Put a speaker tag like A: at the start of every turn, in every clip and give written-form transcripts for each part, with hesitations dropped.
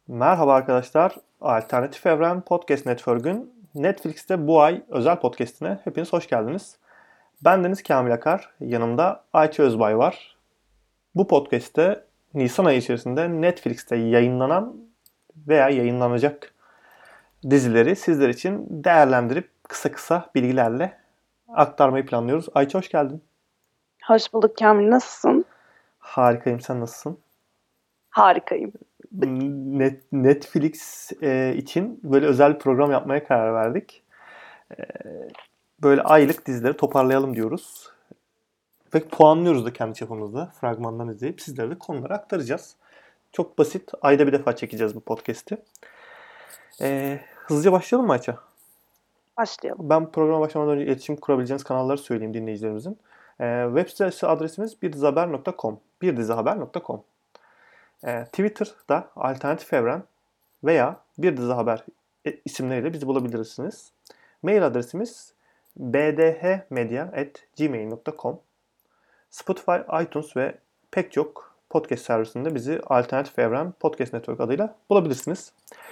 A: Merhaba arkadaşlar. Alternatif Evren Podcast Network'ün Netflix'te bu ay özel podcast'ine hepiniz hoş geldiniz. Ben Deniz Kamil Akar, yanımda Ayça Özbay var. Bu podcast'te Nisan ayı içerisinde Netflix'te yayınlanan veya yayınlanacak dizileri sizler için değerlendirip kısa kısa bilgilerle aktarmayı planlıyoruz. Ayça hoş geldin.
B: Hoş bulduk Kamil. Nasılsın?
A: Harikayım, sen nasılsın?
B: Harikayım.
A: Netflix için böyle özel bir program yapmaya karar verdik. Böyle aylık dizileri toparlayalım diyoruz. Ve puanlıyoruz da kendi çapımızda. Fragmandan izleyip sizlere de konuları aktaracağız. Çok basit. Ayda bir defa çekeceğiz bu podcast'i. Hızlıca başlayalım mı Ayça?
B: Başlayalım.
A: Ben programa başlamadan önce iletişim kurabileceğiniz kanalları söyleyeyim dinleyicilerimizin. Web sitesi adresimiz birdizihaber.com. Birdizihaber.com. Twitter'da Alternatif Evren veya Bir Dizi Haber isimleriyle bizi bulabilirsiniz. Mail adresimiz bdhmedia@gmail.com. Spotify, iTunes ve pek çok podcast servisinde bizi Alternatif Evren Podcast Network adıyla bulabilirsiniz.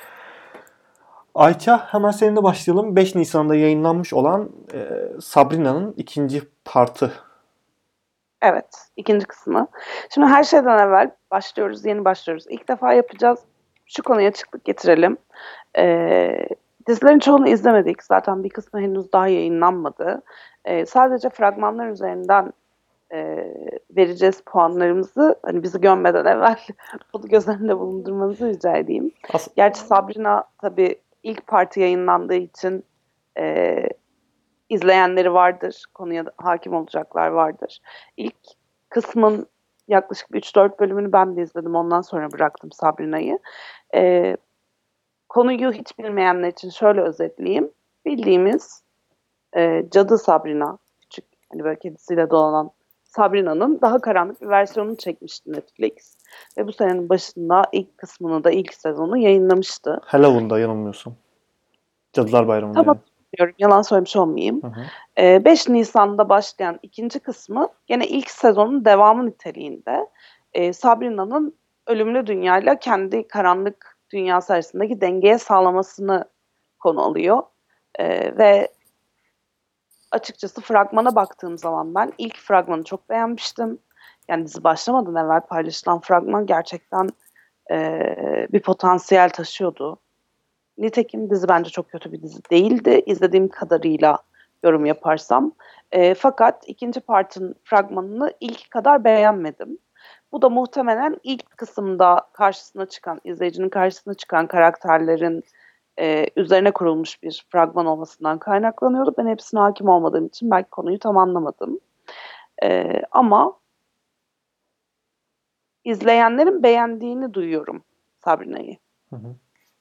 A: Ayça, hemen seninle başlayalım. 5 Nisan'da yayınlanmış olan Sabrina'nın ikinci partı.
B: Evet, ikinci kısmı. Şimdi her şeyden evvel başlıyoruz, yeni başlıyoruz. İlk defa yapacağız. Şu konuya açıklık getirelim. Dizilerin çoğunu izlemedik. Zaten bir kısmı henüz daha yayınlanmadı. Sadece fragmanlar üzerinden vereceğiz puanlarımızı. Hani bizi gömmeden evvel bunu göz önünde bulundurmanızı rica edeyim. Gerçi Sabrina tabii ilk parti yayınlandığı için izleyenleri vardır. Konuya hakim olacaklar vardır. İlk kısmın yaklaşık 3-4 bölümünü ben de izledim. Ondan sonra bıraktım Sabrina'yı. Konuyu hiç bilmeyenler için şöyle özetleyeyim. Bildiğimiz cadı Sabrina, küçük hani böyle kedisiyle dolanan Sabrina'nın daha karanlık bir versiyonunu çekmişti Netflix. Ve bu senenin başında ilk kısmını da ilk sezonu yayınlamıştı.
A: Halloween'da yanılmıyorsun. Cadılar Bayramı'nda
B: Tamam,
A: yani.
B: diyorum, yalan söylemiş olmayayım.
A: Hı hı.
B: 5 Nisan'da başlayan ikinci kısmı gene ilk sezonun devamı niteliğinde. Sabrina'nın ölümlü dünyayla kendi karanlık dünyası arasındaki dengeye sağlamasını konu alıyor. Ve açıkçası fragmana baktığım zaman ben ilk fragmanı çok beğenmiştim. Yani dizi başlamadan evvel paylaşılan fragman gerçekten bir potansiyel taşıyordu. Nitekim dizi bence çok kötü bir dizi değildi. İzlediğim kadarıyla yorum yaparsam. Fakat ikinci partın fragmanını ilk kadar beğenmedim. Bu da muhtemelen ilk kısımda izleyicinin karşısına çıkan karakterlerin üzerine kurulmuş bir fragman olmasından kaynaklanıyordu. Ben hepsine hakim olmadığım için belki konuyu tam anlamadım. Ama izleyenlerin beğendiğini duyuyorum Sabrina'yı.
A: Hı hı.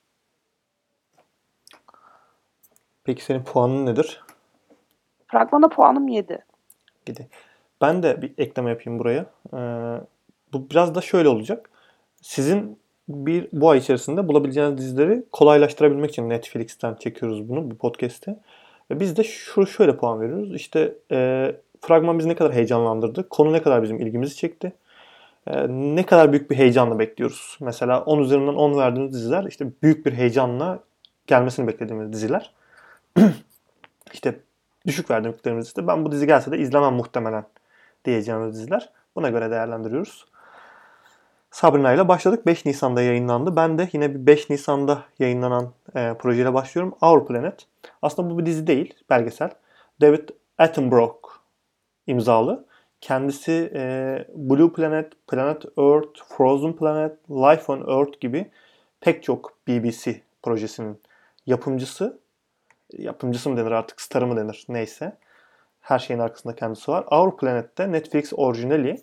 A: Peki senin puanın nedir?
B: Fragmana puanım 7.
A: Gidi. Ben de bir ekleme yapayım buraya. Bu biraz da şöyle olacak. Sizin bu ay içerisinde bulabileceğiniz dizileri kolaylaştırabilmek için Netflix'ten çekiyoruz bu podcast'i. Ve biz de şöyle puan veriyoruz. İşte fragman bizi ne kadar heyecanlandırdı, konu ne kadar bizim ilgimizi çekti, ne kadar büyük bir heyecanla bekliyoruz. Mesela 10 üzerinden 10 verdiğimiz diziler işte büyük bir heyecanla gelmesini beklediğimiz diziler. İşte düşük verdiklerimiz işte ben bu dizi gelse de izlemem muhtemelen diyeceğimiz diziler. Buna göre değerlendiriyoruz. Sabrina ile başladık. 5 Nisan'da yayınlandı. Ben de yine bir 5 Nisan'da yayınlanan projeyle başlıyorum. Our Planet. Aslında bu bir dizi değil, belgesel. David Attenborough imzalı. Kendisi Blue Planet, Planet Earth, Frozen Planet, Life on Earth gibi pek çok BBC projesinin yapımcısı. Yapımcısı mı denir artık, starı mı denir neyse. Her şeyin arkasında kendisi var. Our Planet'te Netflix orijinali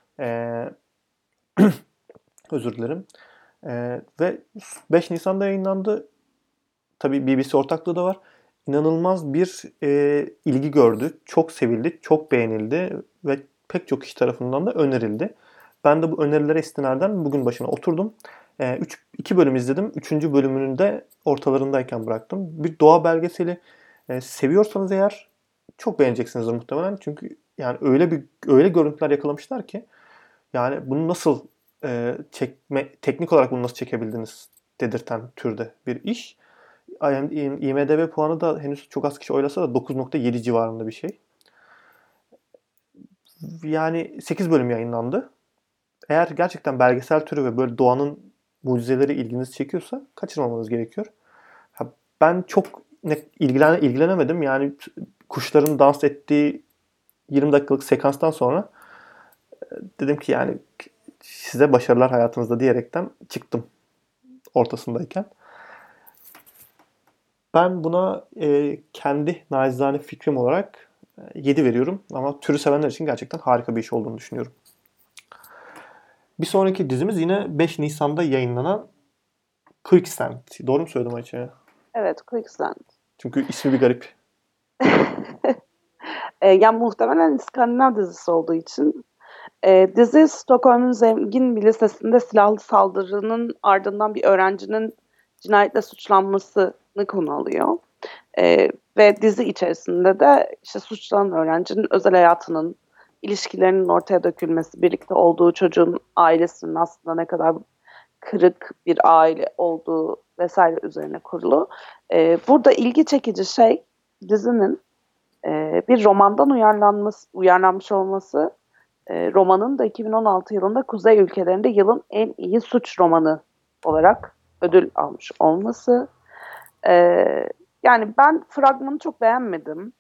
A: özür dilerim. Ve 5 Nisan'da yayınlandı. Tabii BBC ortaklığı da var. İnanılmaz bir ilgi gördü. Çok sevildi, çok beğenildi ve pek çok kişi tarafından da önerildi. Ben de bu önerilere istinaden bugün başına oturdum. 2 bölüm izledim. Üçüncü bölümünü de ortalarındayken bıraktım. Bir doğa belgeseli seviyorsanız eğer çok beğeneceksiniz muhtemelen. Çünkü yani öyle görüntüler yakalamışlar ki yani bunu nasıl teknik olarak bunu nasıl çekebildiniz dedirten türde bir iş. IMDb puanı da henüz çok az kişi oylasa da 9.7 civarında bir şey. Yani 8 bölüm yayınlandı. Eğer gerçekten belgesel türü ve böyle doğanın mucizeleri ilginizi çekiyorsa kaçırmamanız gerekiyor. Ben çok ilgilenemedim. Yani kuşların dans ettiği 20 dakikalık sekanstan sonra dedim ki yani size başarılar hayatınızda diyerekten çıktım ortasındayken. Ben buna kendi nacizane fikrim olarak 7 veriyorum. Ama türü sevenler için gerçekten harika bir iş olduğunu düşünüyorum. Bir sonraki dizimiz yine 5 Nisan'da yayınlanan Quicksand. Doğru mu söyledim Ayça?
B: Evet, Quicksand.
A: Çünkü ismi bir garip.
B: Yani muhtemelen İskandinav dizisi olduğu için. Dizi Stockholm'un zengin bir lisesinde silahlı saldırının ardından bir öğrencinin cinayetle suçlanmasını konu alıyor. Ve dizi içerisinde de işte suçlanan öğrencinin özel hayatının, ilişkilerinin ortaya dökülmesi, birlikte olduğu çocuğun ailesinin aslında ne kadar kırık bir aile olduğu vesaire üzerine kurulu. Burada ilgi çekici şey dizinin bir romandan uyarlanmış olması. Romanın da 2016 yılında Kuzey ülkelerinde yılın en iyi suç romanı olarak ödül almış olması. Yani ben fragmanı çok beğenmedim.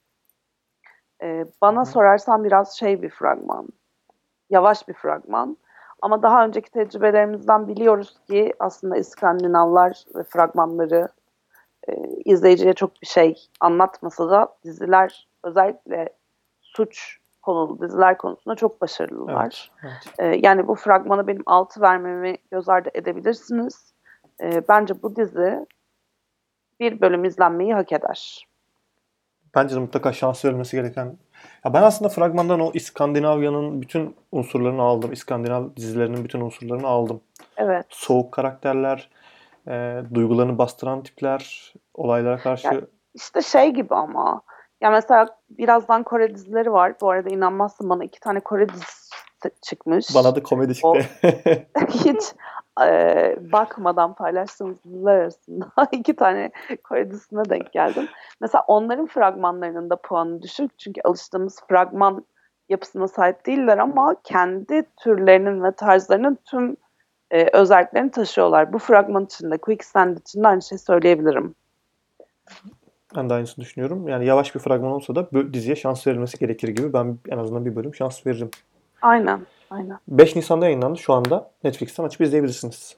B: Bana sorarsan biraz bir fragman. Yavaş bir fragman. Ama daha önceki tecrübelerimizden biliyoruz ki aslında İskandinavlar ve fragmanları izleyiciye çok bir şey anlatmasa da diziler, özellikle suç konulu diziler konusunda çok başarılılar.
A: Evet, evet.
B: Yani bu fragmana benim 6 vermemi göz ardı edebilirsiniz. Bence bu dizi bir bölüm izlenmeyi hak eder.
A: Bence de mutlaka şans verilmesi gereken. Ya ben aslında fragmandan o İskandinavya'nın bütün unsurlarını aldım. İskandinav dizilerinin bütün unsurlarını aldım.
B: Evet.
A: Soğuk karakterler, duygularını bastıran tipler, olaylara
B: Ya
A: karşı.
B: işte gibi ama. Ya mesela birazdan Kore dizileri var. Bu arada inanmazsın bana 2 tane Kore dizisi çıkmış.
A: Bana da komedi çıktı.
B: O hiç bakmadan paylaştığımız diziler arasında 2 tane Kore dizisine denk geldim. Mesela onların fragmanlarının da puanı düşük. Çünkü alıştığımız fragman yapısına sahip değiller ama kendi türlerinin ve tarzlarının tüm özelliklerini taşıyorlar. Bu fragman içinde, Quicksand içinde aynı şeyi söyleyebilirim.
A: Ben de aynısını düşünüyorum. Yani yavaş bir fragman olsa da diziye şans verilmesi gerekir gibi. Ben en azından bir bölüm şans veririm.
B: Aynen, aynen.
A: 5 Nisan'da yayınlandı. Şu anda Netflix'ten açıp izleyebilirsiniz.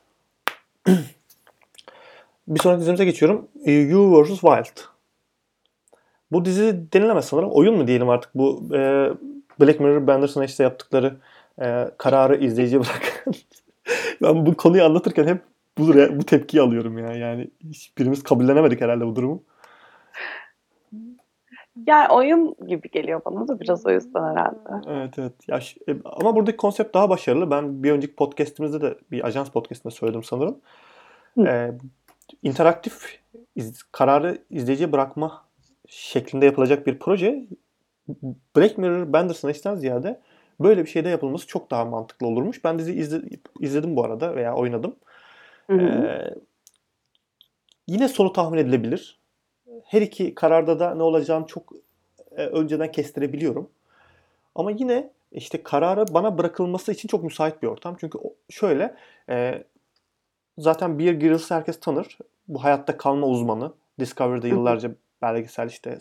A: Bir sonraki dizimize geçiyorum. You vs. Wild. Bu dizi denilemez sanırım. Oyun mu diyelim artık bu Black Mirror Bandersnatch'te yaptıkları kararı izleyiciye bırak. Ben bu konuyu anlatırken hep bu tepkiyi alıyorum ya. Yani hiçbirimiz kabullenemedik herhalde bu durumu.
B: Yani oyun gibi geliyor bana da biraz o yüzden herhalde.
A: Evet, evet. Ya, ama buradaki konsept daha başarılı. Ben bir önceki podcast'imizde de bir ajans podcast'inde söyledim sanırım.
B: Hı.
A: E, interaktif kararı izleyiciye bırakma şeklinde yapılacak bir proje Black Mirror Bandersnatch'ten ziyade böyle bir şeyde yapılması çok daha mantıklı olurmuş. Ben izledim bu arada veya oynadım.
B: Hı hı.
A: Ee, yine sonu tahmin edilebilir. Her iki kararda da ne olacağını çok önceden kestirebiliyorum. Ama yine işte kararı bana bırakılması için çok müsait bir ortam. Çünkü şöyle zaten Bear Grylls'ı herkes tanır. Bu hayatta kalma uzmanı. Discovery'de
B: Hı hı.
A: yıllarca belgesel işte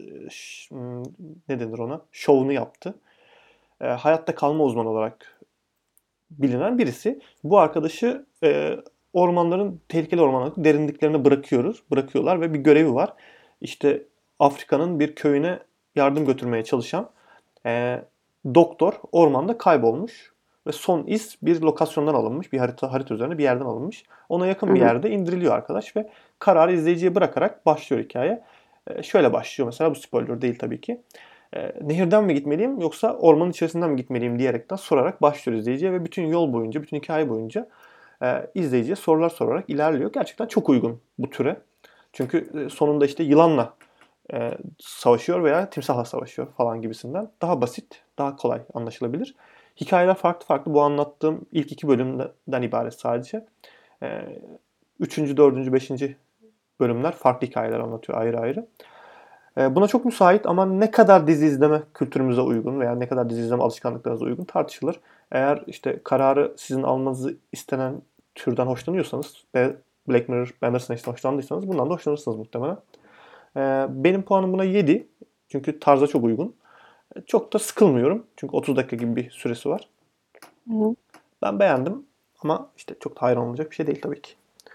A: ne denir ona? Şovunu yaptı. Hayatta kalma uzmanı olarak bilinen birisi. Bu arkadaşı tehlikeli ormanların derinliklerine bırakıyorlar ve bir görevi var. İşte Afrika'nın bir köyüne yardım götürmeye çalışan e, doktor ormanda kaybolmuş ve son iz bir lokasyondan alınmış, bir harita üzerine bir yerden alınmış. Ona
B: Hı
A: yakın bir
B: hı.
A: yerde indiriliyor arkadaş ve kararı izleyiciye bırakarak başlıyor hikaye. Şöyle başlıyor mesela, bu spoiler değil tabii ki. Nehirden mi gitmeliyim yoksa ormanın içerisinden mi gitmeliyim diyerekten sorarak başlıyor izleyiciye ve bütün yol boyunca, bütün hikaye boyunca izleyiciye sorular sorarak ilerliyor. Gerçekten çok uygun bu türe. Çünkü sonunda işte yılanla savaşıyor veya timsahla savaşıyor falan gibisinden. Daha basit, daha kolay anlaşılabilir. Hikayeler farklı farklı. Bu anlattığım ilk 2 bölümden ibaret sadece. E, Üçüncü, dördüncü, beşinci bölümler farklı hikayeler anlatıyor ayrı ayrı. Buna çok müsait ama ne kadar dizi izleme kültürümüze uygun veya ne kadar dizi izleme alışkanlıklarınıza uygun tartışılır. Eğer işte kararı sizin almanızı istenen türden hoşlanıyorsanız ve Black Mirror, Bandersnatch'ten hoşlandıysanız bundan da hoşlanırsınız muhtemelen. Benim puanım buna 7. Çünkü tarza çok uygun. Çok da sıkılmıyorum. Çünkü 30 dakika gibi bir süresi var.
B: Hı.
A: Ben beğendim ama işte çok da hayran olacak bir şey değil tabii ki.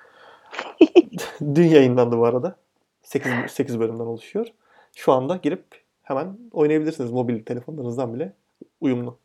A: Dün yayınlandı bu arada. 8 bölümden oluşuyor. Şu anda girip hemen oynayabilirsiniz mobil telefonlarınızdan bile uyumlu.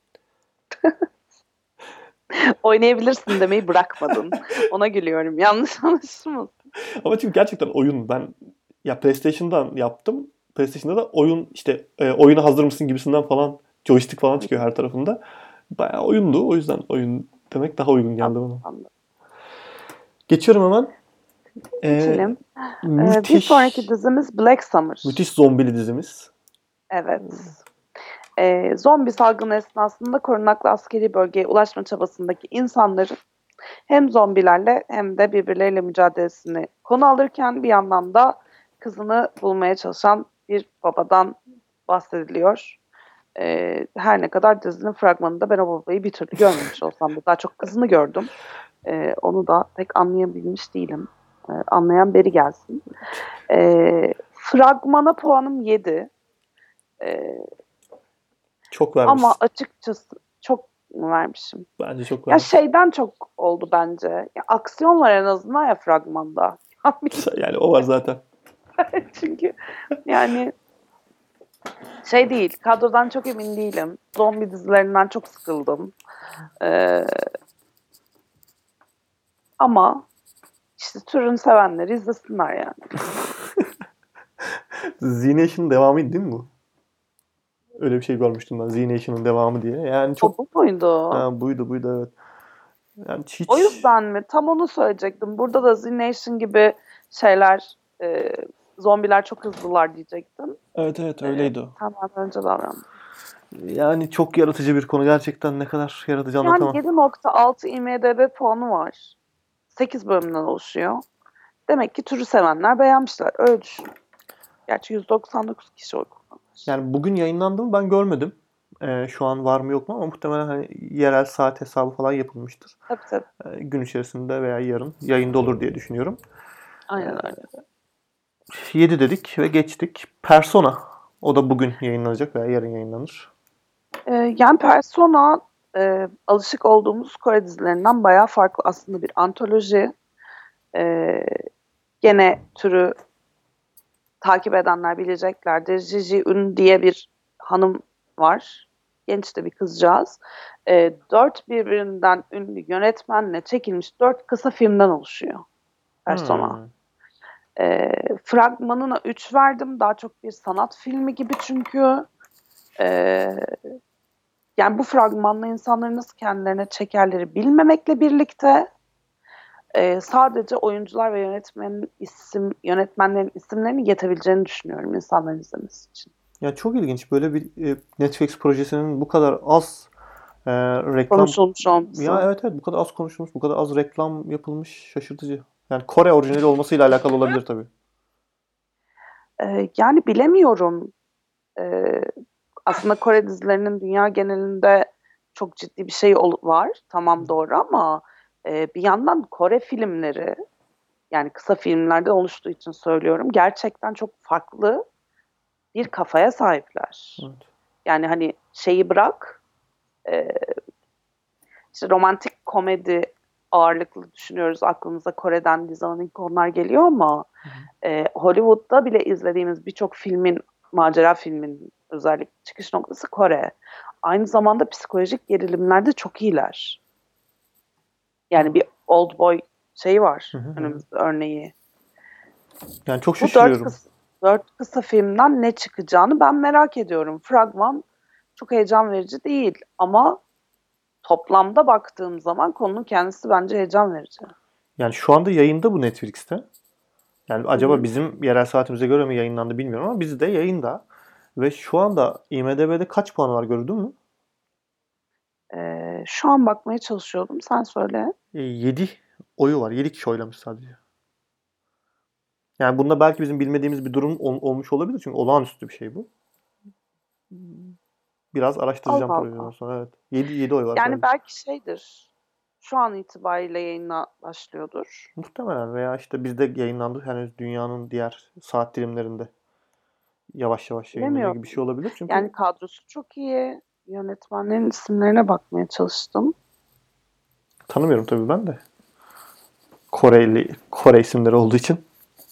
B: Oynayabilirsin demeyi bırakmadın. Ona gülüyorum. Yanlış anlaşılmasın.
A: Ama çünkü gerçekten oyun ben ya PlayStation'dan yaptım. PlayStation'da da oyun işte oyuna hazır mısın gibisinden falan joystick falan çıkıyor her tarafında. Bayağı oyundu. O yüzden oyun demek daha uygun geldi bana.
B: Anladım.
A: Geçiyorum hemen.
B: Geçelim. Bir
A: Müthiş
B: sonraki dizimiz Black Summer.
A: müthiş zombili dizimiz.
B: Evet. Zombi salgını esnasında korunaklı askeri bölgeye ulaşma çabasındaki insanların hem zombilerle hem de birbirleriyle mücadelesini konu alırken bir yandan da kızını bulmaya çalışan bir babadan bahsediliyor. Her ne kadar dizinin fragmanında ben o babayı bir türlü görmemiş olsam da daha çok kızını gördüm. Onu da pek anlayabilmiş değilim. Anlayan beri gelsin. Fragmana puanım 7.
A: Çok
B: Ama
A: vermişsin.
B: açıkçası çok mu vermişim?
A: Bence çok
B: Ya
A: vermişsin.
B: şeyden çok oldu bence. Ya aksiyon var en azından ya fragmanda.
A: Yani o var zaten.
B: Çünkü yani şey değil, kadrodan çok emin değilim. Zombi dizilerinden çok sıkıldım. Ee, ama işte türünü sevenler izlesinler yani.
A: Z Nation'ın devamıydı değil mi bu? Öyle bir şey görmüştüm ben. Z Nation'ın devamı diye. Yani
B: O
A: çok
B: bu muydu?
A: buydu evet. Yani
B: O
A: hiç
B: yüzden mi? Tam onu söyleyecektim. Burada da Z Nation gibi şeyler, zombiler çok hızlılar diyecektim.
A: evet öyleydi o.
B: Hemen önce davrandım.
A: Yani çok yaratıcı bir konu. Gerçekten ne kadar yaratıcı
B: Yani
A: anlatamam.
B: 7.6 IMDb puanı var. 8 bölümden oluşuyor. Demek ki türü sevenler beğenmişler. Öyle düşün. Gerçi 199 kişi oy kullanmış.
A: Yani bugün yayınlandı mı ben görmedim. Şu an var mı yok mu ama muhtemelen hani yerel saat hesabı falan yapılmıştır.
B: Tabii tabii.
A: Gün içerisinde veya yarın yayında olur diye düşünüyorum.
B: Aynen öyle.
A: 7 dedik ve geçtik. Persona. O da bugün yayınlanacak veya yarın yayınlanır.
B: Yani Persona alışık olduğumuz Kore dizilerinden bayağı farklı. Aslında bir antoloji. Gene türü takip edenler bileceklerdir. Jiji Un diye bir hanım var. Genç de bir kızcağız. 4 birbirinden ünlü yönetmenle çekilmiş 4 kısa filmden oluşuyor Persona.
A: Hmm.
B: Fragmanına 3 verdim. Daha çok bir sanat filmi gibi çünkü. Ee, yani bu fragmanla insanları nasıl kendilerine çekerleri bilmemekle birlikte sadece oyuncular ve yönetmenlerin isimlerini yetebileceğini düşünüyorum insanların izlemesi için.
A: Ya çok ilginç böyle bir Netflix projesinin bu kadar az reklam
B: Konuşulmuş
A: ya
B: olması.
A: evet bu kadar az konuşulmuş, bu kadar az reklam yapılmış şaşırtıcı. Yani Kore orijinali olmasıyla alakalı olabilir tabii.
B: Yani bilemiyorum. Ee, aslında Kore dizilerinin dünya genelinde çok ciddi bir şey var. Tamam doğru ama bir yandan Kore filmleri yani kısa filmlerde oluştuğu için söylüyorum. Gerçekten çok farklı bir kafaya sahipler.
A: Evet.
B: Yani hani şeyi bırak e, işte romantik komedi ağırlıklı düşünüyoruz. Aklımıza Kore'den dizilen ilk onlar geliyor ama Hollywood'da bile izlediğimiz birçok filmin, macera filmin özellikle çıkış noktası Kore. Aynı zamanda psikolojik gerilimlerde çok iyiler. Yani bir Old Boy şeyi var
A: Hı hı hı.
B: önümüzde örneği.
A: Yani çok
B: Bu dört
A: şaşırıyorum.
B: kısa, dört kısa filmden ne çıkacağını ben merak ediyorum. Fragman çok heyecan verici değil ama toplamda baktığım zaman konunun kendisi bence heyecan verici.
A: Yani şu anda yayında bu Netflix'te. Yani
B: Hı
A: acaba
B: hı.
A: bizim yerel saatimize göre mi yayınlandı bilmiyorum ama bizde yayında. Ve şu anda IMDb'de kaç puan var gördün mü?
B: Şu an bakmaya çalışıyordum. Sen söyle.
A: 7 oyu var. 7 kişi oylamış sadece. Yani bunda belki bizim bilmediğimiz bir durum olmuş olabilir. Çünkü olağanüstü bir şey bu. Biraz
B: Allah
A: araştıracağım projeden
B: Allah.
A: sonra. Evet. 7 oy var
B: Yani
A: sadece.
B: belki şeydir. Şu an itibariyle yayına başlıyordur.
A: Muhtemelen veya işte bizde yayınlandı. Henüz dünyanın diğer saat dilimlerinde yavaş yavaş yayınlanıyor gibi bir
B: Bilemiyorum.
A: şey olabilir. Çünkü
B: Yani kadrosu çok iyi. Yönetmenlerin isimlerine bakmaya çalıştım.
A: tanımıyorum tabii ben de. Kore isimleri olduğu için.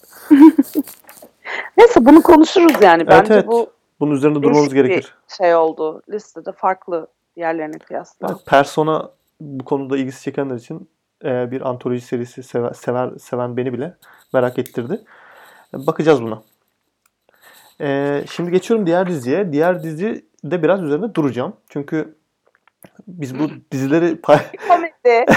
B: Neyse bunu konuşuruz yani.
A: Evet,
B: Bence
A: evet.
B: bu
A: Bunun üzerinde durmamız
B: değişik bir
A: gerekir.
B: şey oldu. Listede farklı diğerlerine kıyasla.
A: Evet, Persona bu konuda ilgisi çekenler için bir antoloji serisi seven beni bile merak ettirdi. Bakacağız buna. Şimdi geçiyorum diğer diziye. Diğer dizide biraz üzerinde duracağım. Çünkü biz bu dizileri
B: Komedi.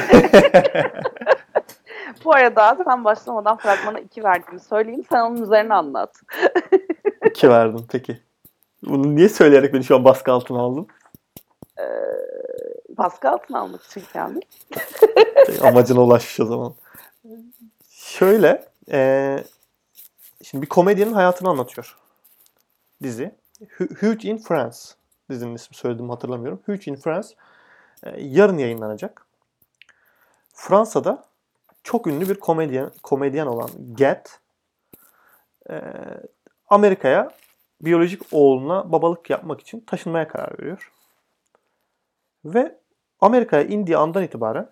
B: Bu arada sen başlamadan fragmana 2 verdiğimi söyleyeyim. Sen onun üzerine anlat.
A: 2 verdim peki. Bunu niye söyleyerek beni şu an baskı altına aldın?
B: Ee, Baskı altına almak için kendini.
A: Amacına ulaşmış o zaman. Şöyle, şimdi bir komedyenin hayatını anlatıyor dizi. Huge in France. Dizinin ismi söylediğimi hatırlamıyorum. Huge in France yarın yayınlanacak. Fransa'da çok ünlü bir komedyen olan Get e, Amerika'ya biyolojik oğluna babalık yapmak için taşınmaya karar veriyor. Ve Amerika'ya indiği andan itibaren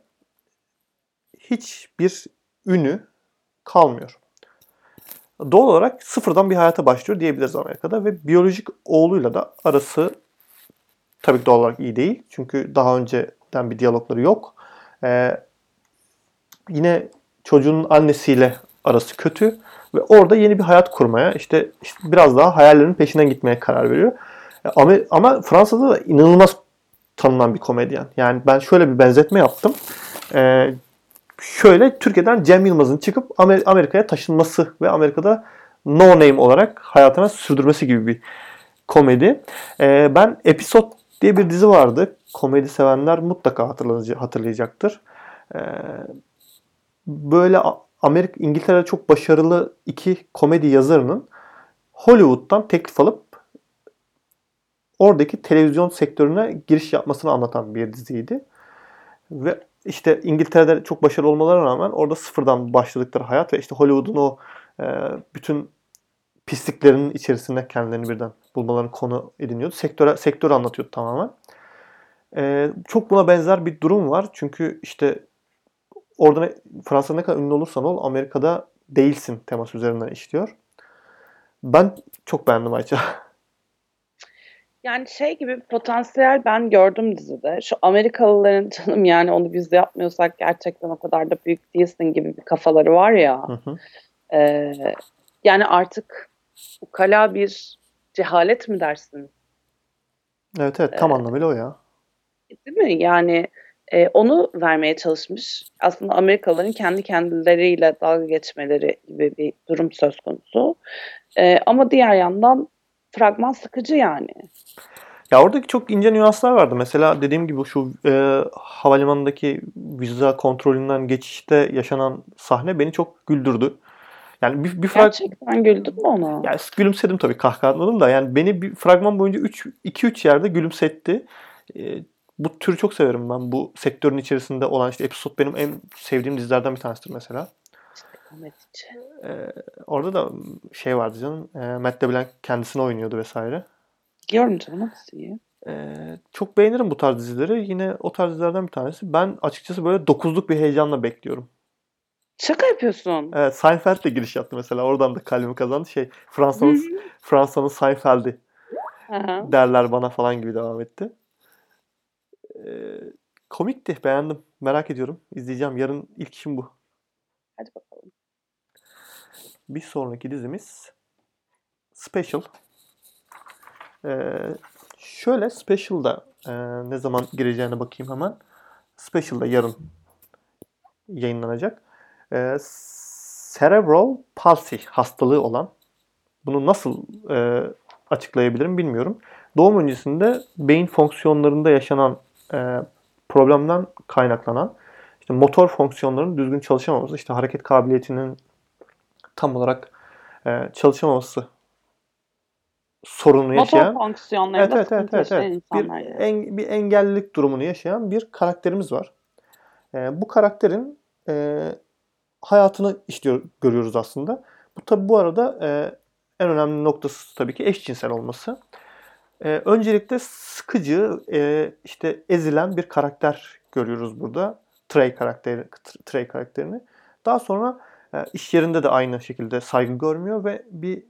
A: hiçbir ünü kalmıyor. Doğal olarak sıfırdan bir hayata başlıyor diyebiliriz Amerika'da ve biyolojik oğluyla da arası tabii ki doğal olarak iyi değil. Çünkü daha önceden bir diyalogları yok. Yine çocuğun annesiyle arası kötü ve orada yeni bir hayat kurmaya, işte biraz daha hayallerinin peşinden gitmeye karar veriyor. Ama Fransa'da da inanılmaz tanınan bir komedyen. Yani ben şöyle bir benzetme yaptım. Şöyle Türkiye'den Cem Yılmaz'ın çıkıp Amerika'ya taşınması ve Amerika'da no name olarak hayatına sürdürmesi gibi bir komedi. Ben Episode diye bir dizi vardı. Komedi sevenler mutlaka hatırlayacaktır. Ee, Böyle İngiltere'de çok başarılı iki komedi yazarının Hollywood'dan teklif alıp oradaki televizyon sektörüne giriş yapmasını anlatan bir diziydi. Ve işte İngiltere'de çok başarılı olmalarına rağmen orada sıfırdan başladıkları hayat ve işte Hollywood'un o bütün pisliklerinin içerisinde kendilerini birden bulmalarını konu ediniyordu. Sektörü anlatıyordu tamamen. Çok buna benzer bir durum var. Çünkü işte orada Fransa'da ne kadar ünlü olursan ol Amerika'da değilsin teması üzerinden işliyor. Ben çok beğendim Ayça.
B: Yani şey gibi bir potansiyel ben gördüm dizide. Şu Amerikalıların canım yani onu biz de yapmıyorsak gerçekten o kadar da büyük değilsin gibi bir kafaları var ya.
A: Hı hı.
B: Ee, Yani artık ukala bir cehalet mi dersin?
A: Evet, evet, tam
B: Ee,
A: anlamıyla o ya.
B: Değil mi? Yani onu vermeye çalışmış. Aslında Amerikalıların kendi kendileriyle dalga geçmeleri gibi bir durum söz konusu. Ama diğer yandan fragman sıkıcı yani.
A: Ya oradaki çok ince nüanslar vardı. Mesela dediğim gibi şu havalimanındaki vize kontrolünden geçişte yaşanan sahne beni çok güldürdü. Yani
B: Gerçekten güldün mü ona?
A: yani gülümsedim tabii, kahkaha atmadım da yani beni bir fragman boyunca 2-3 yerde gülümsetti. E, Bu türü çok severim ben. Bu sektörün içerisinde olan işte Episode benim en sevdiğim dizilerden bir tanesidir mesela.
B: İşte komedici.
A: E, Orada da şey vardı canım. Matt LeBlanc kendisini oynuyordu vesaire.
B: Biliyorum canım o diziyi.
A: Çok beğenirim bu tarz dizileri. Yine o tarz dizilerden bir tanesi. Ben açıkçası böyle 9'luk bir heyecanla bekliyorum.
B: Şaka yapıyorsun.
A: Evet, Seinfeld de giriş yaptı mesela. Oradan da kalbimi kazandı.
B: Hı
A: Fransa'nın Seinfeld'i
B: hı.
A: derler bana falan gibi devam etti. Ee, Komikti, beğendim. Merak ediyorum. İzleyeceğim. Yarın ilk işim bu.
B: Hadi bakalım.
A: Bir sonraki dizimiz Special. Ee, Şöyle Special'da ne zaman gireceğine bakayım hemen. Special'da yarın yayınlanacak. Cerebral palsy hastalığı olan, bunu nasıl açıklayabilirim bilmiyorum. Doğum öncesinde beyin fonksiyonlarında yaşanan problemden kaynaklanan işte motor fonksiyonlarının düzgün çalışamaması, işte hareket kabiliyetinin tam olarak çalışamaması sorununu
B: Motor
A: yaşayan, evet
B: fonksiyonlarında
A: evet evet
B: sıkıntı
A: evet
B: yaşayan
A: evet
B: insanlar yani.
A: bir engellilik durumunu yaşayan bir karakterimiz var. Bu karakterin hayatını görüyoruz aslında. Bu tabi bu arada en önemli noktası tabii ki eşcinsel olması. Öncelikle sıkıcı, işte ezilen bir karakter görüyoruz burada. Trey karakterini. Daha sonra iş yerinde de aynı şekilde saygı görmüyor ve bir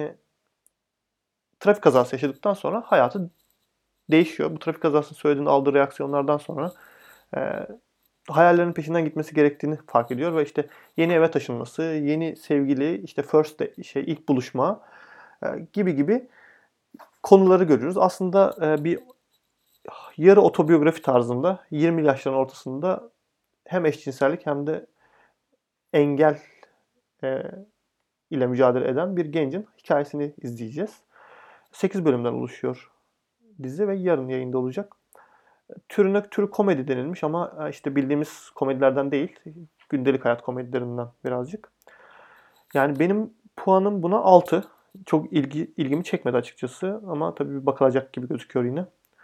A: trafik kazası yaşadıktan sonra hayatı değişiyor. Bu trafik kazasının söylediğinde aldığı reaksiyonlardan sonra e, hayallerinin peşinden gitmesi gerektiğini fark ediyor ve işte yeni eve taşınması, yeni sevgili, işte ilk buluşma gibi gibi konuları görüyoruz. Aslında bir yarı otobiyografi tarzında 20 yaşların ortasında hem eşcinsellik hem de engel e, ile mücadele eden bir gencin hikayesini izleyeceğiz. 8 bölümden oluşuyor dizi ve yarın yayında olacak. Türü komedi denilmiş ama işte bildiğimiz komedilerden değil. Gündelik hayat komedilerinden birazcık. Yani benim puanım buna 6. Çok ilgimi çekmedi açıkçası ama tabii bir bakılacak gibi gözüküyor yine.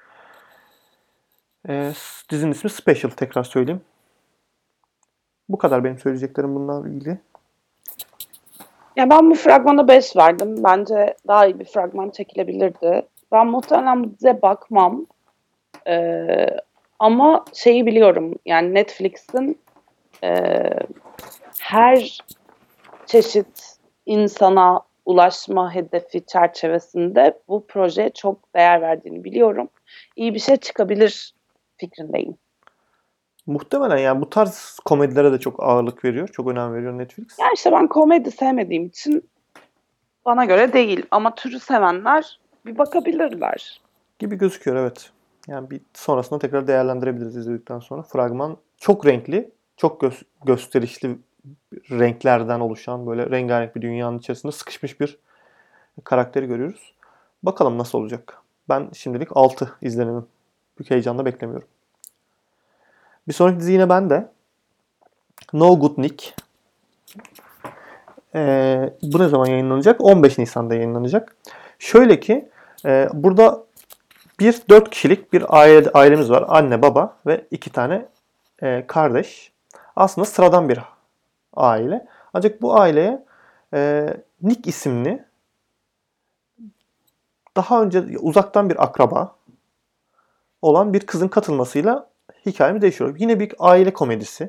A: Dizinin ismi Special, tekrar söyleyeyim. Bu kadar benim söyleyeceklerim bununla ilgili.
B: Ya ben bu fragmana 5 verdim. Bence daha iyi bir fragman çekilebilirdi. Ben muhtemelen bu diziye bakmam. Ee, Ama şeyi biliyorum. Yani Netflix'in e, her çeşit insana ulaşma hedefi çerçevesinde bu projeye çok değer verdiğini biliyorum. İyi bir şey çıkabilir fikrindeyim.
A: Muhtemelen yani bu tarz komedilere de çok ağırlık veriyor. Çok önem veriyor
B: Ya
A: Netflix.
B: işte ben komedi sevmediğim için bana göre değil. Ama türü sevenler bir bakabilirler.
A: Gibi gözüküyor, evet. Yani bir sonrasında tekrar değerlendirebiliriz izledikten sonra. Fragman çok renkli, çok gösterişli renklerden oluşan böyle rengarenk bir dünyanın içerisinde sıkışmış bir karakteri görüyoruz. Bakalım nasıl olacak. Ben şimdilik 6 izlenimi büyük heyecanla beklemiyorum. Bir sonraki dizi yine bende. No Good Nick. Bu ne zaman yayınlanacak? 15 Nisan'da yayınlanacak. Şöyle ki burada 4 kişilik bir ailemiz var. Anne, baba ve 2 tane kardeş. Aslında sıradan bir aile. Ancak bu aileye Nick isimli daha önce uzaktan bir akraba olan bir kızın katılmasıyla hikayemiz değişiyor. Yine bir aile komedisi.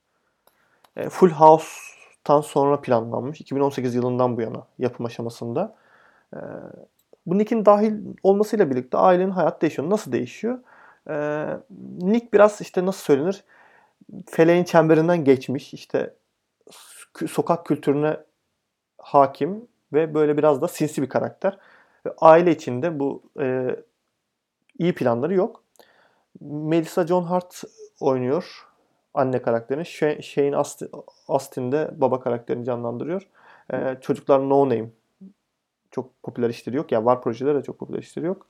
A: Full House'tan sonra planlanmış. 2018 yılından bu yana yapım aşamasında. E, Bu Nick'in dahil olmasıyla birlikte ailenin hayatı değişiyor. Nasıl değişiyor? Nick biraz işte nasıl söylenir? Feleğin çemberinden geçmiş. İşte sokak kültürüne hakim ve böyle biraz da sinsi bir karakter. Ve aile içinde bu iyi planları yok. Melissa Joan Hart oynuyor anne karakterini. Shane Astin de baba karakterini canlandırıyor. Çocuklar No Name çok popüler işleri yok. Ya var projeler de çok popüler işleri yok.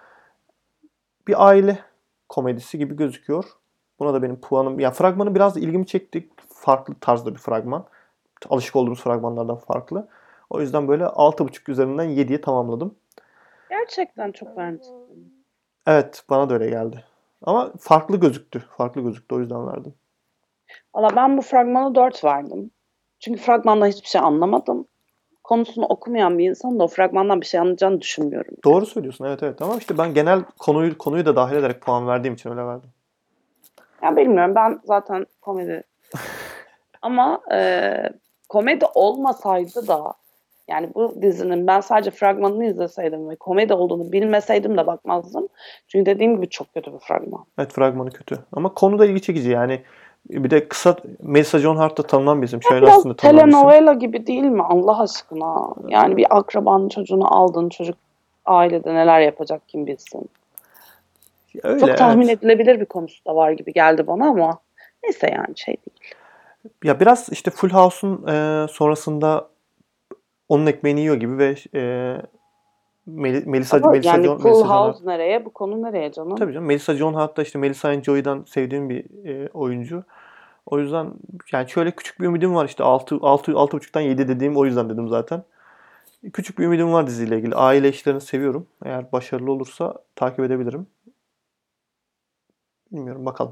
A: Bir aile komedisi gibi gözüküyor. Buna da benim puanım... Ya fragmanı biraz da ilgimi çekti. Farklı tarzda bir fragman. Alışık olduğumuz fragmanlardan farklı. O yüzden böyle 6,5 üzerinden 7'ye tamamladım.
B: Gerçekten çok vermişsin.
A: Evet, bana da öyle geldi. Ama farklı gözüktü. Farklı gözüktü, o yüzden verdim.
B: Valla ben bu fragmana 4 verdim. Çünkü fragmandan hiçbir şey anlamadım. Konusunu okumayan bir insan da o fragmandan bir şey anlayacağını düşünmüyorum.
A: Doğru söylüyorsun, evet evet. Ama işte ben genel konuyu da dahil ederek puan verdiğim için öyle verdim.
B: Ya bilmiyorum, ben zaten komedi ama komedi olmasaydı da, yani bu dizinin ben sadece fragmanını izleseydim ve komedi olduğunu bilmeseydim de bakmazdım. Çünkü dediğim gibi çok kötü bir fragman.
A: Evet, fragmanı kötü. Ama konu da ilgi çekici yani. Bir de kısa, Melissa Joan Hart da tanınan bir isim.
B: Ya
A: Shane
B: biraz
A: Astin de tanınan bir isim.
B: telenovela gibi değil mi Allah aşkına? Yani bir akrabanın çocuğunu aldın, çocuk ailede neler yapacak kim bilsin.
A: Öyle,
B: Çok tahmin
A: evet.
B: edilebilir bir konusu da var gibi geldi bana ama neyse, yani şey değil.
A: Ya biraz işte Full House'un sonrasında onun ekmeğini yiyor gibi ve
B: Ama yani Full
A: Melissa Joan Hart.
B: House nereye, bu konu nereye canım?
A: Tabii canım. Melissa Joan Hart da işte Melissa and Joey'dan sevdiğim bir oyuncu. O yüzden yani şöyle küçük bir ümidim var işte 6 6 6,5'tan 7 dediğim o yüzden dedim zaten. Küçük bir ümidim var diziyle ilgili. Aile işlerini seviyorum. Eğer başarılı olursa takip edebilirim. Bilmiyorum, bakalım.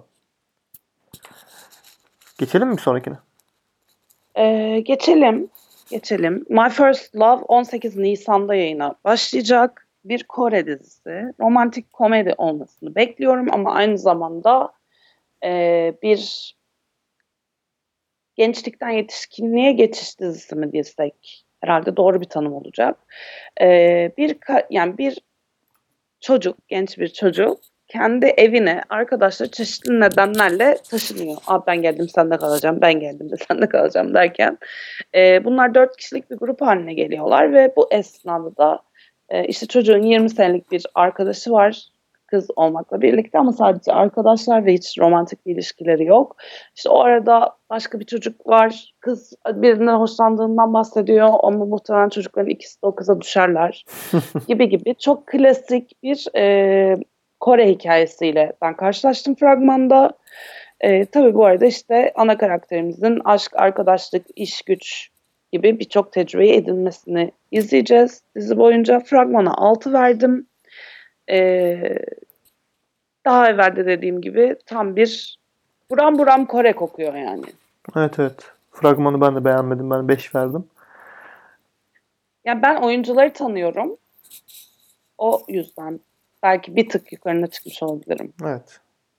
A: Geçelim mi bir sonrakine?
B: Geçelim. Geçelim. My First Love 18 Nisan'da yayına başlayacak. Bir Kore dizisi. Romantik komedi olmasını bekliyorum ama aynı zamanda bir gençlikten yetişkinliğe geçiş dizisi mi desek herhalde doğru bir tanım olacak. Yani bir çocuk, genç bir çocuk kendi evine arkadaşları çeşitli nedenlerle taşınıyor. Abi ben geldim sende kalacağım, ben geldim de sende kalacağım derken bunlar 4 kişilik bir grup haline geliyorlar ve bu esnada da işte çocuğun 20 senelik bir arkadaşı var kız olmakla birlikte ama sadece arkadaşlar ve hiç romantik bir ilişkileri yok. İşte o arada başka bir çocuk var. Kız birinden hoşlandığından bahsediyor ama muhtemelen çocukların ikisi de o kıza düşerler gibi gibi çok klasik bir Kore hikayesiyle ben karşılaştım fragmanda. Tabii bu arada işte ana karakterimizin aşk, arkadaşlık, iş güç gibi birçok tecrübeyi edinmesini izleyeceğiz dizi boyunca. Fragmana 6 verdim. Ee, Daha evvel de dediğim gibi tam bir buram buram Kore kokuyor yani.
A: Evet, evet. Fragmanı ben de beğenmedim. Ben 5 verdim.
B: Yani ben oyuncuları tanıyorum. O yüzden belki bir tık yukarına çıkmış olabilirim.
A: Evet.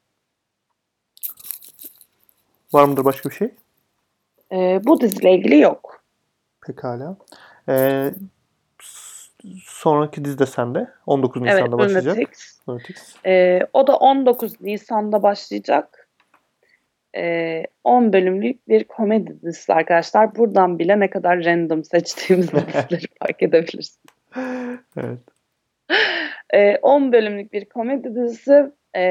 A: Var mıdır başka bir şey?
B: Bu diziyle ilgili yok.
A: Pekala. Ee, Sonraki dizi de sende. 19
B: Evet,
A: Nisan'da başlayacak.
B: Lunatics.
A: Lunatics.
B: O da 19 Nisan'da başlayacak. 10 bölümlük bir komedi dizisi arkadaşlar. Buradan bile ne kadar random seçtiğimiz dizileri fark edebilirsiniz.
A: Evet.
B: 10 bölümlük bir komedi dizisi.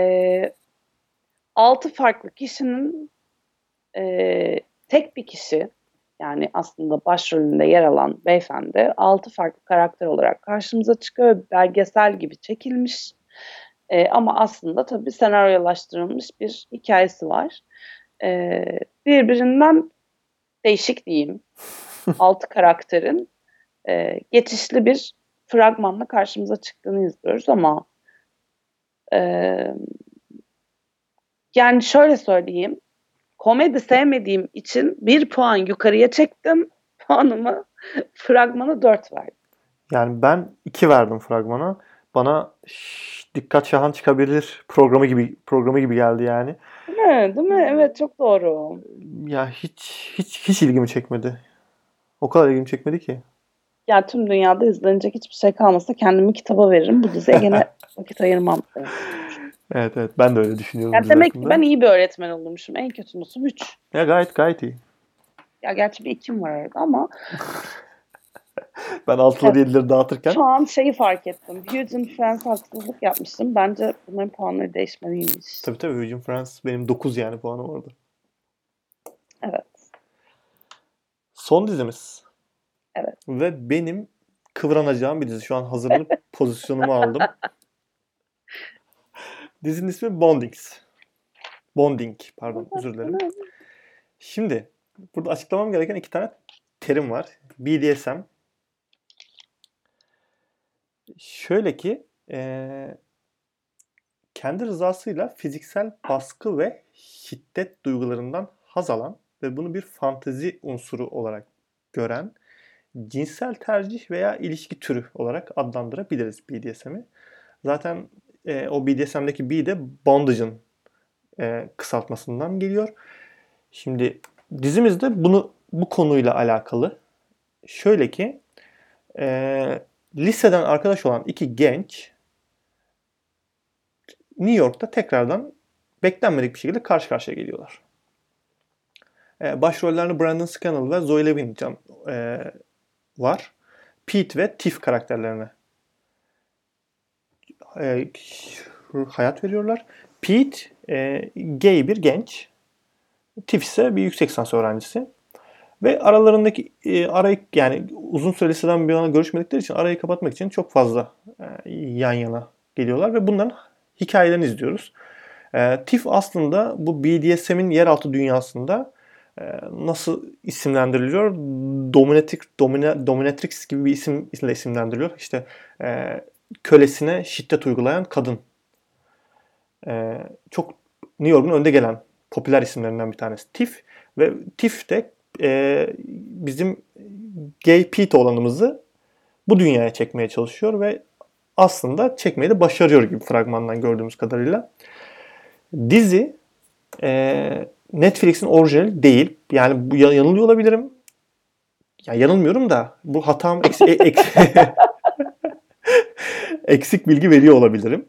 B: 6 farklı kişinin tek bir kişi yani aslında başrolünde yer alan beyefendi 6 farklı karakter olarak karşımıza çıkıyor. Belgesel gibi çekilmiş. Ama aslında tabii senaryolaştırılmış bir hikayesi var. Birbirinden değişik diyeyim. 6 karakterin geçişli bir fragmanla karşımıza çıktığını izliyoruz ama e, yani şöyle söyleyeyim. Komedi sevmediğim için 1 puan yukarıya çektim. Puanımı fragmana 4 verdim.
A: Yani ben 2 verdim fragmana. Bana dikkat şahan çıkabilir programı gibi geldi yani.
B: Değil mi? Değil mi? Evet çok doğru.
A: Ya hiç ilgimi çekmedi. O kadar ilgimi çekmedi ki.
B: Ya tüm dünyada izlenecek hiçbir şey kalmasa kendimi kitaba veririm. Bu diziye gene vakit ayırmam.
A: Evet, evet, ben de öyle düşünüyorum
B: Ya
A: dizi
B: demek ki ben
A: hakkında.
B: iyi bir öğretmen olmuşum. En kötü notum 3.
A: Ya gayet iyi.
B: Ya gerçi bir 2'm var arada ama
A: Ben 6'ları
B: evet,
A: 7'leri dağıtırken
B: şu an şeyi fark ettim. Hughes and Friends haksızlık yapmıştım. Bence bunların puanları değişmeliymiş.
A: tabii Hücum Frans benim 9 yani puanım orada.
B: Evet.
A: Son dizimiz.
B: Evet.
A: Ve benim kıvranacağım bir dizi. Şu an hazırlanıp pozisyonumu aldım. Dizinin ismi Bonding, pardon, özür dilerim. Şimdi burada açıklamam gereken 2 tane terim var. BDSM. Şöyle ki kendi rızasıyla fiziksel baskı ve şiddet duygularından haz alan ve bunu bir fantezi unsuru olarak gören cinsel tercih veya ilişki türü olarak adlandırabiliriz BDSM'i. Zaten o BDSM'deki B de bondage'ın kısaltmasından geliyor. Şimdi dizimizde bu konuyla alakalı. Şöyle ki liseden arkadaş olan 2 genç New York'ta tekrardan beklenmedik bir şekilde karşı karşıya geliyorlar. Başrollerinde Brandon Scannell ve Zoe Levin var. Pete ve Tiff karakterlerine hayat veriyorlar. Pete gay bir genç. Tiff ise bir yüksek lisans öğrencisi. Ve aralarındaki arayı yani uzun süre liseden bir yana görüşmedikleri için arayı kapatmak için çok fazla yan yana geliyorlar ve bunların hikayelerini izliyoruz. Tiff aslında bu BDSM'in yeraltı dünyasında Nasıl isimlendiriliyor? Dominatrix gibi bir isimle isimlendiriliyor. İşte kölesine şiddet uygulayan kadın. Çok New York'un önde gelen popüler isimlerinden bir tanesi Tiff. Ve Tiff de bizim Gay Pete olanımızı bu dünyaya çekmeye çalışıyor ve aslında çekmeyi de başarıyor gibi fragmandan gördüğümüz kadarıyla. Dizi Netflix'in orijinali değil. Yani bu yanılıyor olabilirim. Ya yanılmıyorum da bu hatam eksik bilgi veriyor olabilirim.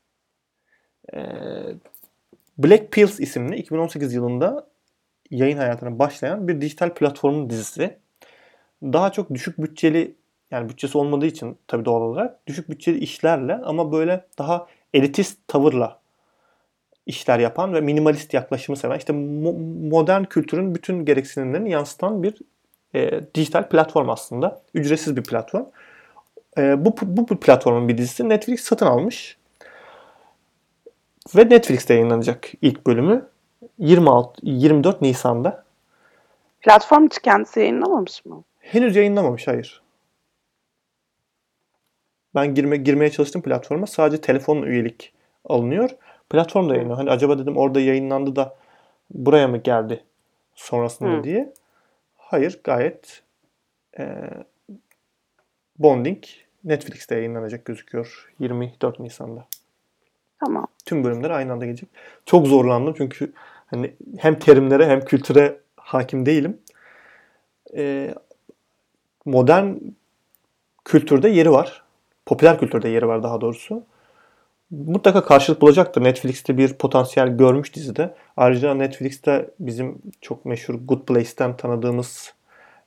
A: Black Pills isimli 2018 yılında yayın hayatına başlayan bir dijital platformun dizisi. Daha çok düşük bütçeli, yani bütçesi olmadığı için tabii doğal olarak düşük bütçeli işlerle ama böyle daha elitist tavırla işler yapan ve minimalist yaklaşımı seven, işte modern kültürün bütün gereksinimlerini yansıtan bir dijital platform aslında. Ücretsiz bir platform. Bu platformun bir dizisi Netflix satın almış ve Netflix'te yayınlanacak ilk bölümü 24 Nisan'da.
B: Platform hiç kendisi yayınlamamış mı?
A: Henüz yayınlamamış, hayır. Ben girmeye çalıştım platforma. Sadece telefonla üyelik alınıyor. Platform da yayınlıyor. Hani acaba dedim orada yayınlandı da buraya mı geldi sonrasında diye. Hayır, gayet Bonding Netflix'te yayınlanacak gözüküyor 24 Nisan'da.
B: Tamam.
A: Tüm bölümler aynı anda gelecek. Çok zorlandım çünkü hani hem terimlere hem kültüre hakim değilim. Modern kültürde yeri var. Popüler kültürde yeri var daha doğrusu. Mutlaka karşılık bulacaktır. Netflix'te bir potansiyel görmüş dizide. Ayrıca Netflix'te bizim çok meşhur Good Place'ten tanıdığımız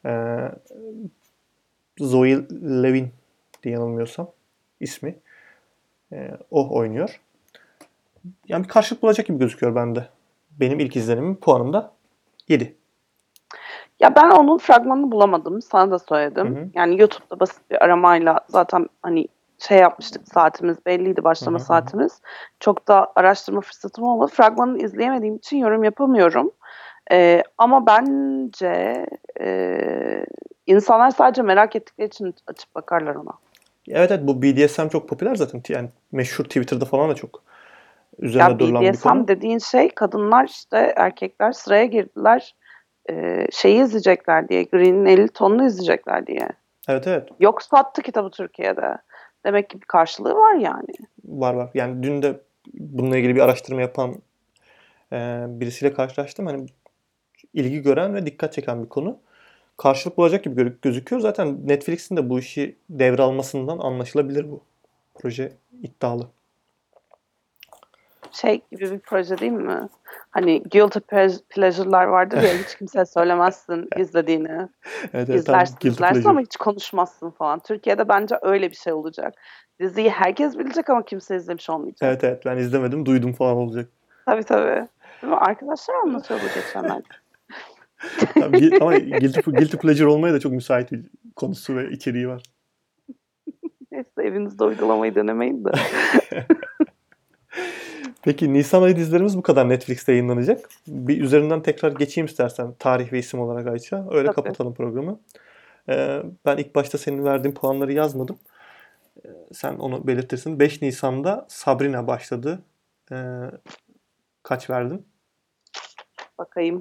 A: Zoe Levin diye yanılmıyorsam ismi. O oynuyor. Yani bir karşılık bulacak gibi gözüküyor bende. Benim ilk izlenimim, puanım da 7.
B: Ya ben onun fragmanını bulamadım. Sana da söyledim.
A: Hı hı.
B: Yani YouTube'da basit bir aramayla zaten hani şey yapmıştık, saatimiz belliydi, başlama
A: Hı hı hı.
B: saatimiz. Çok da araştırma fırsatım olmadı. Fragmanını izleyemediğim için yorum yapamıyorum. Ama bence insanlar sadece merak ettikleri için açıp bakarlar ona.
A: Evet, evet, bu BDSM çok popüler zaten. Yani meşhur, Twitter'da falan da çok
B: Ya
A: üzerinde durulan bir
B: BDSM
A: konu.
B: dediğin şey, kadınlar işte, erkekler sıraya girdiler. Şeyi izleyecekler diye. Green'in 50 tonunu izleyecekler diye.
A: Evet, evet,
B: Yok, sattı kitabı Türkiye'de. Demek ki bir karşılığı var yani.
A: var var. Yani dün de bununla ilgili bir araştırma yapan birisiyle karşılaştım. Hani ilgi gören ve dikkat çeken bir konu. Karşılık bulacak gibi gözüküyor. Zaten Netflix'in de bu işi devralmasından anlaşılabilir bu. Proje iddialı.
B: Şey gibi bir proje değil mi? Hani guilty pleasure'lar vardır ya, hiç kimseye söylemezsin izlediğini.
A: Evet, evet, tam
B: İzlersin
A: guilty
B: izlersin ama
A: pleasure.
B: hiç konuşmazsın falan. Türkiye'de bence öyle bir şey olacak. Diziyi herkes bilecek ama kimse izlemiş olmayacak.
A: Evet, evet, ben izlemedim, duydum falan olacak.
B: Tabii tabii. Değil mi? Arkadaşlar anlatıyordu geçenlerde.
A: Tam, ama guilty pleasure olmaya da çok müsait bir konusu ve içeriği var.
B: Neyse, evinizde uygulamayı denemeyin de.
A: Peki Nisan ayı dizilerimiz bu kadar Netflix'te yayınlanacak. Bir üzerinden tekrar geçeyim istersen, tarih ve isim olarak Ayça. Öyle
B: Tabii.
A: kapatalım programı. Ben ilk başta senin verdiğin puanları yazmadım. Sen onu belirtirsin. 5 Nisan'da Sabrina başladı. Ee, Kaç verdin?
B: Bakayım.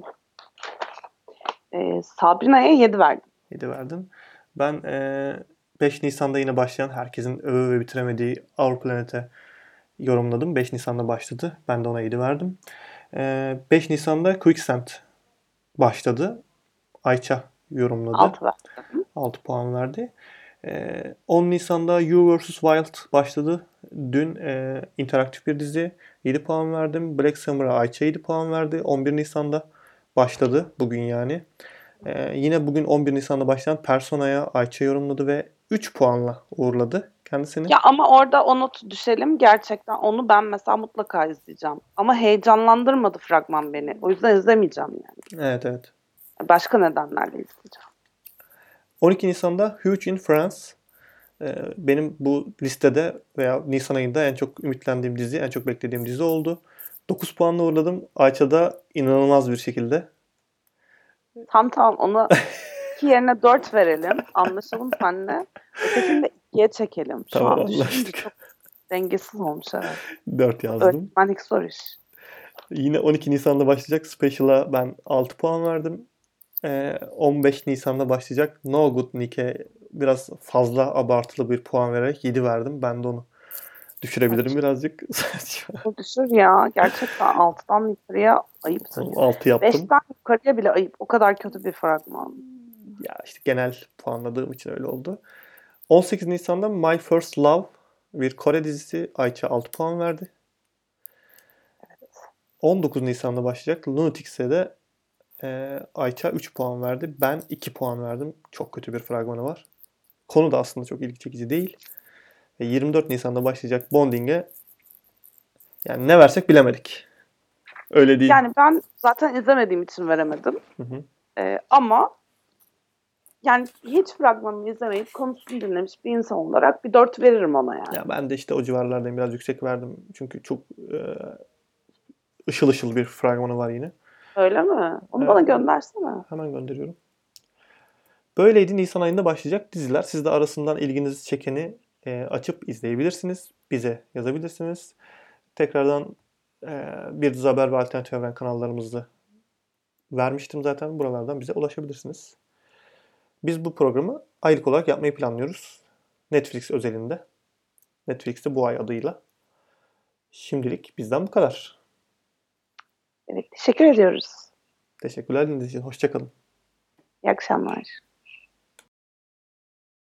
B: Sabrina'ya 7 verdim.
A: 7 verdin. Ben 5 Nisan'da yine başlayan, herkesin öve ve bitiremediği Our Planet'e yorumladım. 5 Nisan'da başladı. Ben de ona 7 verdim. 5 Nisan'da Quicksand başladı. Ayça yorumladı.
B: 6 verdim.
A: 6 puan verdi. 10 Nisan'da You vs. Wild başladı. Dün interaktif bir dizi. 7 puan verdim. Black Summer'a Ayça 7 puan verdi. 11 Nisan'da başladı. Bugün yani. Yine bugün 11 Nisan'da başlayan Persona'ya Ayça yorumladı ve 3 puanla uğurladı kendisini.
B: Ya ama orada o notu düşelim. Gerçekten onu ben mesela mutlaka izleyeceğim. Ama heyecanlandırmadı fragman beni. O yüzden izlemeyeceğim yani.
A: Evet, evet.
B: Başka nedenlerle izleyeceğim.
A: 12 Nisan'da Huge in France. Benim bu listede veya Nisan ayında en çok ümitlendiğim dizi, en çok beklediğim dizi oldu. 9 puanla uğurladım. Ayça da inanılmaz bir şekilde
B: Tamam ona 2 yerine 4 verelim. Anlaşalım seninle. Ötekini de 2'ye çekelim. Şu
A: Tamam,
B: an düşününce
A: anlaştık.
B: çok dengesiz olmuş, evet.
A: 4 yazdım.
B: Öğretmenlik zor iş.
A: Yine 12 Nisan'da başlayacak Special'a ben 6 puan verdim. 15 Nisan'da başlayacak No Good Nick'e biraz fazla abartılı bir puan vererek 7 verdim. Ben de onu
B: Ay,
A: düşürebilirim birazcık. Saçma.
B: düşür ya. Gerçekten 6'dan yukarıya ayıptır ya.
A: 6 yaptım.
B: 5'ten yukarıya bile ayıp. O kadar kötü bir fragman.
A: Ya işte genel puanladığım için öyle oldu. 18 Nisan'da My First Love bir Kore dizisi Ayça 6 puan verdi. 19 Nisan'da başlayacak Lunatics'e de Ayça 3 puan verdi. Ben 2 puan verdim. Çok kötü bir fragmanı var. Konu da aslında çok ilgi çekici değil. 24 Nisan'da başlayacak Bonding'e yani ne versek bilemedik. Öyle değil.
B: Yani ben zaten izlemediğim için veremedim.
A: Hı hı.
B: Ama yani hiç fragmanını izlemeyip konusunu dinlemiş bir insan olarak bir 4 veririm ona yani.
A: Ya ben de işte o civarlardayım. Biraz yüksek verdim. Çünkü çok ışıl ışıl bir fragmanı var yine.
B: Öyle mi? Onu bana göndersene.
A: Hemen gönderiyorum. Böyleydi, Nisan ayında başlayacak diziler. Siz de arasından ilginizi çekeni açıp izleyebilirsiniz. Bize yazabilirsiniz. Tekrardan bir dizi haber ve alternatif evren kanallarımızı vermiştim zaten. Buralardan bize ulaşabilirsiniz. Biz bu programı aylık olarak yapmayı planlıyoruz. Netflix özelinde. Netflix'te bu ay adıyla. Şimdilik bizden bu kadar.
B: Evet, teşekkür ediyoruz.
A: Teşekkürler dinlediğiniz için. Hoşça kalın.
B: İyi akşamlar.